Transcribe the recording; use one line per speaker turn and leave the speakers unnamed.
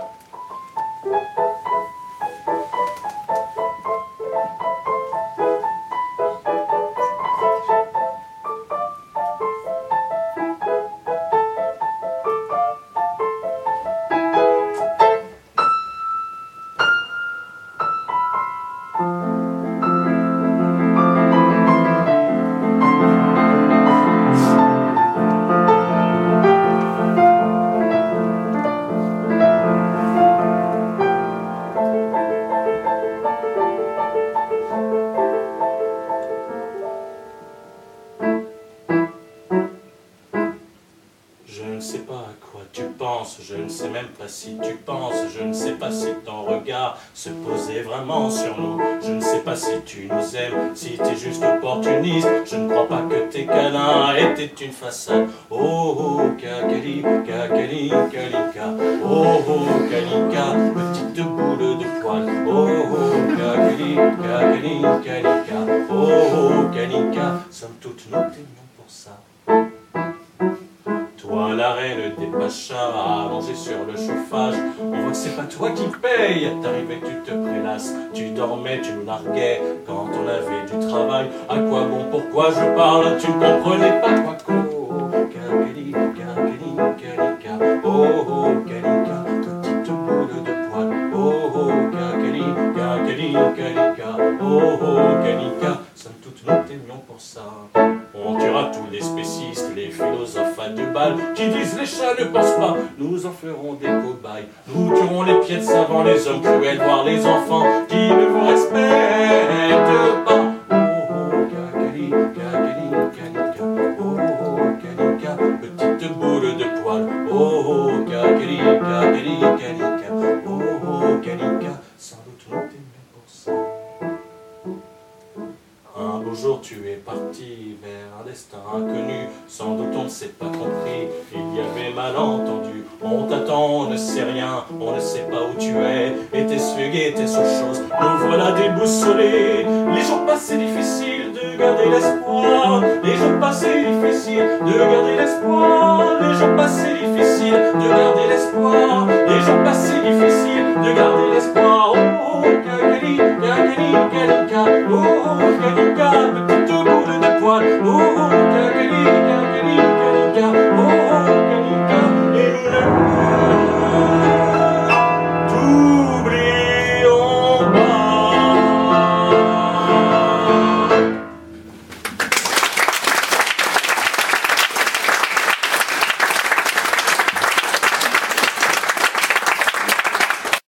Je ne sais pas à quoi tu penses, je ne sais même pas si tu penses, je ne sais pas si ton regard se posait vraiment sur nous, je ne sais pas si tu nous aimes, si t'es juste opportuniste, je ne crois pas que tes câlins étaient une façade. Oh oh, kakali, kakali, kalika, oh oh, kalika, petite boule de poil, oh oh, kakali, kakali, kalika, oh oh, kalika, somme toute nous t'aimions pour ça. Toi, la reine des pachas, allongée sur le chauffage, on voit que c'est pas toi qui paye. T'arrivais, tu te prélasses, tu dormais, tu nous larguais quand on avait du travail. À quoi bon, pourquoi je parle, tu ne comprenais pas quoi. Kakali, kakali, kalika, oh oh, kalika, petite boule de poil, oh oh, kakali, kakali, kalika, oh oh, kalika, somme toute nous t'aimions pour ça. On tuera tous les spécistes, les philosophes à deux balles qui disent les chats ne pensent pas, nous en ferons des cobayes. Nous tuerons les pieds de savants, les hommes cruels, voire les enfants qui ne vous respectent pas. Oh oh, kakali, kakali, kalika, oh oh, kalika, petite boule de poil. Oh oh, kakali, kakali, kalika, oh oh, kalika, sans doute nous t'aimions pour ça. Un beau jour tu es parti vers un destin inconnu, sans doute on ne s'est pas compris, il y avait malentendu. On t'attend, on ne sait rien, on ne sait pas où tu es, était-ce fugué, était-ce autre chose, nous voilà déboussolés. Les jours passés difficiles de garder l'espoir, les jours passés difficiles de garder l'espoir, les jours passés difficiles de garder l'espoir.